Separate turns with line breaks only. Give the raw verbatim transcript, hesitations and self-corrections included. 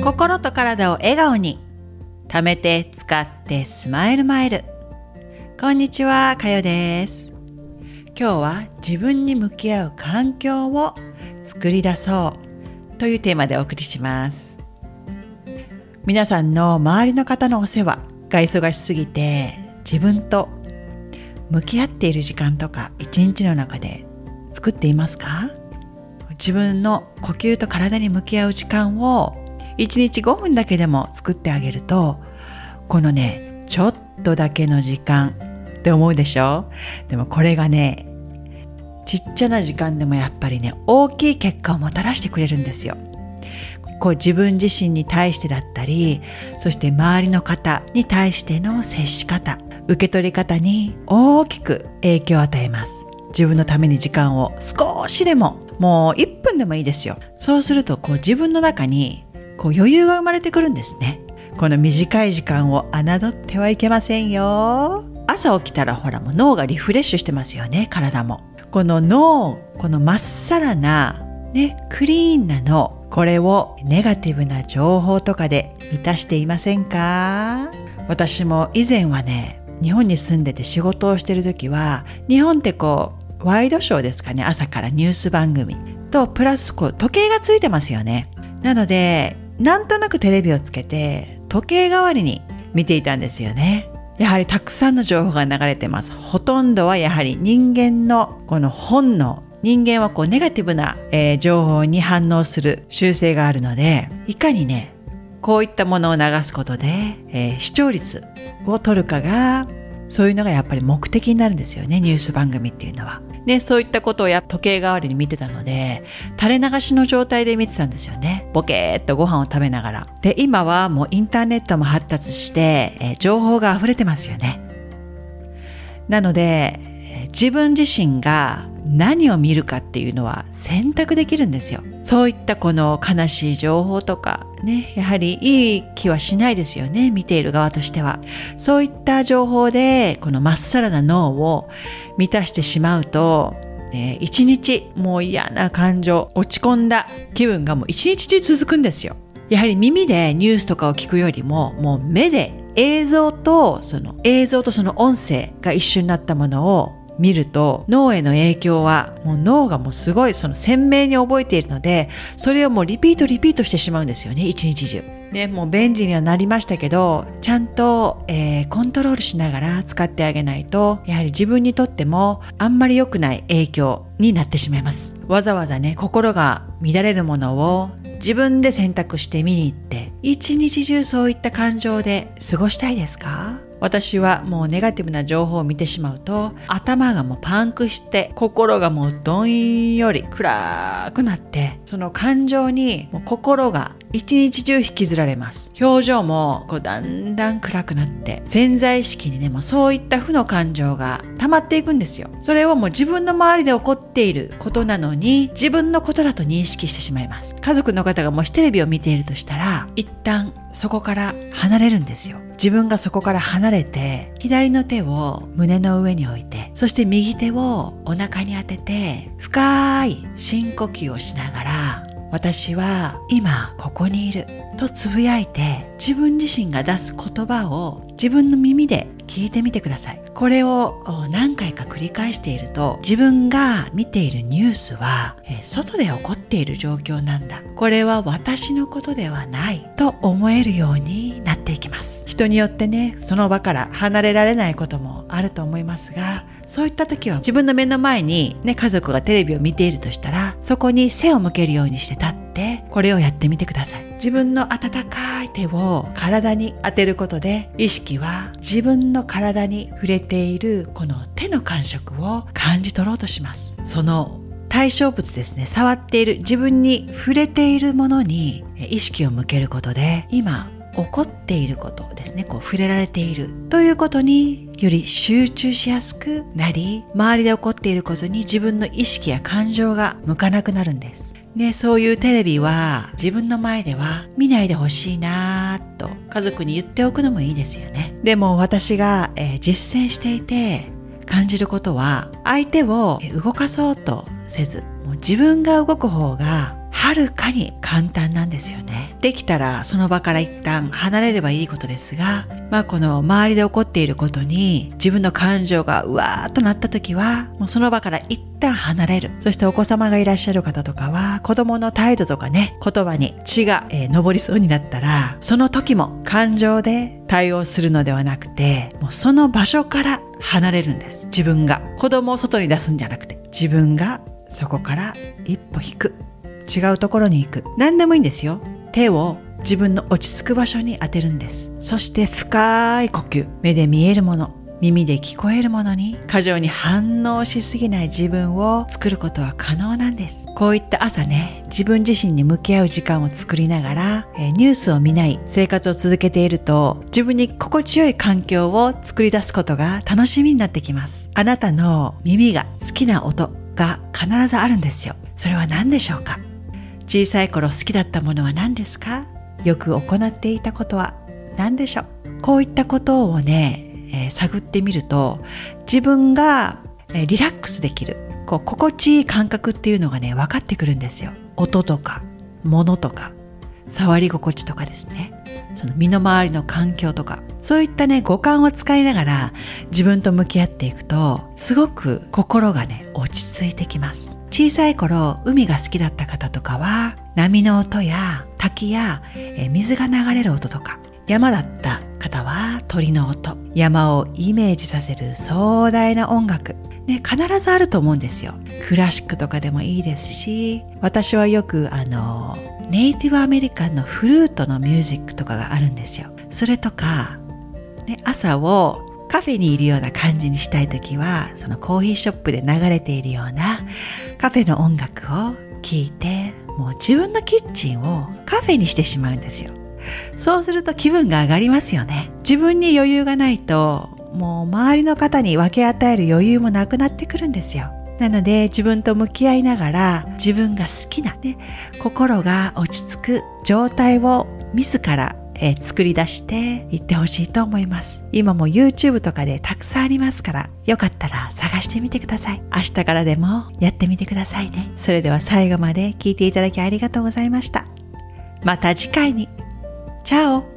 心と体を笑顔に、貯めて使ってスマイルマイル。こんにちは、かよです。今日は自分に向き合う環境を作り出そうというテーマでお送りします。皆さんの周りの方のお世話が忙しすぎて、自分と向き合っている時間とか一日の中で作っていますか？自分の呼吸と体に向き合う時間をいちにちごふんだけでも作ってあげると、このね、ちょっとだけの時間って思うでしょ？でもこれがね、ちっちゃな時間でもやっぱりね、大きい結果をもたらしてくれるんですよ。こう自分自身に対してだったり、そして周りの方に対しての接し方、受け取り方に大きく影響を与えます。自分のために時間を少しでも、もういっぷんでもいいですよ。そうするとこう自分の中にこう余裕が生まれてくるんですね。この短い時間を侮ってはいけませんよ。朝起きたらほらもう脳がリフレッシュしてますよね、体も。この脳、このまっさらな、ね、クリーンな脳、これをネガティブな情報とかで満たしていませんか？私も以前はね、日本に住んでて仕事をしてる時は、日本ってこう、ワイドショーですかね、朝からニュース番組と、プラスこう時計がついてますよね。なので、なんとなくテレビをつけて時計代わりに見ていたんですよね。やはりたくさんの情報が流れてます。ほとんどはやはり人間のこの本能、人間はこうネガティブな、えー、情報に反応する習性があるので、いかにね、こういったものを流すことで、えー、視聴率を取るかが、そういうのがやっぱり目的になるんですよね、ニュース番組っていうのは。ね、そういったことをや時計代わりに見てたので、垂れ流しの状態で見てたんですよね。ボケーっとご飯を食べながら。で、今はもうインターネットも発達して、えー、情報が溢れてますよね。なので、自分自身が何を見るかっていうのは選択できるんですよ。そういったこの悲しい情報とかね、やはりいい気はしないですよね、見ている側としては。そういった情報でこのまっさらな脳を満たしてしまうと、ね、一日もう嫌な感情、落ち込んだ気分がもう一日中続くんですよ。やはり耳でニュースとかを聞くよりも、もう目で映像とその映像とその音声が一緒になったものを見ると、脳への影響はもう脳がもうすごいその鮮明に覚えているので、それをもうリピートリピートしてしまうんですよね、一日中。ね、もう便利にはなりましたけど、ちゃんと、えー、コントロールしながら使ってあげないと、やはり自分にとってもあんまり良くない影響になってしまいます。わざわざね、心が乱れるものを自分で選択して見に行って、一日中そういった感情で過ごしたいですか？私はもうネガティブな情報を見てしまうと、頭がもうパンクして、心がもうどんより暗くなって、その感情にもう心が一日中引きずられます。表情もこうだんだん暗くなって、潜在意識にね、もうそういった負の感情が溜まっていくんですよ。それをもう自分の周りで起こっていることなのに、自分のことだと認識してしまいます。家族の方がもしテレビを見ているとしたら、一旦そこから離れるんですよ。自分がそこから離れて、左の手を胸の上に置いて、そして右手をお腹に当てて、深い深呼吸をしながら、私は今ここにいるとつぶやいて、自分自身が出す言葉を自分の耳で聞いてみてください。これを何回か繰り返していると、自分が見ているニュースは、えー、外で起こっている状況なんだ、これは私のことではないと思えるようになっていきます。人によってね、その場から離れられないこともあると思いますが、そういった時は自分の目の前に、ね、家族がテレビを見ているとしたら、そこに背を向けるようにして立って、これをやってみてください。自分の温かい手を体に当てることで、意識は自分の体に触れているこの手の感触を感じ取ろうとします。その対象物ですね、触っている自分に触れているものに意識を向けることで、今起こっていることですね、こう触れられているということにより集中しやすくなり、周りで起こっていることに自分の意識や感情が向かなくなるんです。で、そういうテレビは自分の前では見ないでほしいなぁと家族に言っておくのもいいですよね。でも私が、えー、実践していて感じることは、相手を動かそうとせず、もう自分が動く方がははるかに簡単なんですよね。できたらその場から一旦離れればいいことですが、まあこの周りで起こっていることに自分の感情がうわーっとなった時は、もうその場から一旦離れる。そしてお子様がいらっしゃる方とかは、子供の態度とかね、言葉に血が、えー、上りそうになったら、その時も感情で対応するのではなくて、もうその場所から離れるんです。自分が子供を外に出すんじゃなくて、自分がそこから一歩引く。違うところに行く。何でもいいんですよ。手を自分の落ち着く場所に当てるんです。そして深い呼吸。目で見えるもの、耳で聞こえるものに過剰に反応しすぎない自分を作ることは可能なんです。こういった朝ね、自分自身に向き合う時間を作りながら、えー、ニュースを見ない生活を続けていると、自分に心地よい環境を作り出すことが楽しみになってきます。あなたの耳が好きな音が必ずあるんですよ。それは何でしょうか？小さい頃好きだったものは何ですか？よく行っていたことは何でしょう？こういったことをね、えー、探ってみると、自分が、えー、リラックスできる、こう心地いい感覚っていうのがね、分かってくるんですよ。音とか物とか触り心地とかですね。その身の回りの環境とか、そういったね、五感を使いながら自分と向き合っていくと、すごく心がね、落ち着いてきます。小さい頃海が好きだった方とかは、波の音や滝やえ水が流れる音とか、山だった方は鳥の音、山をイメージさせる壮大な音楽、ね、必ずあると思うんですよ。クラシックとかでもいいですし、私はよくあのネイティブアメリカンのフルートのミュージックとかがあるんですよ。それとか、ね、朝をカフェにいるような感じにしたいときは、そのコーヒーショップで流れているようなカフェの音楽を聴いて、もう自分のキッチンをカフェにしてしまうんですよ。そうすると気分が上がりますよね。自分に余裕がないと、もう周りの方に分け与える余裕もなくなってくるんですよ。なので自分と向き合いながら、自分が好きなね、心が落ち着く状態を自らえー、作り出していってほしいと思います。今も YouTube とかでたくさんありますから、よかったら探してみてください。明日からでもやってみてくださいね。それでは最後まで聞いていただきありがとうございました。また次回に。チャオ。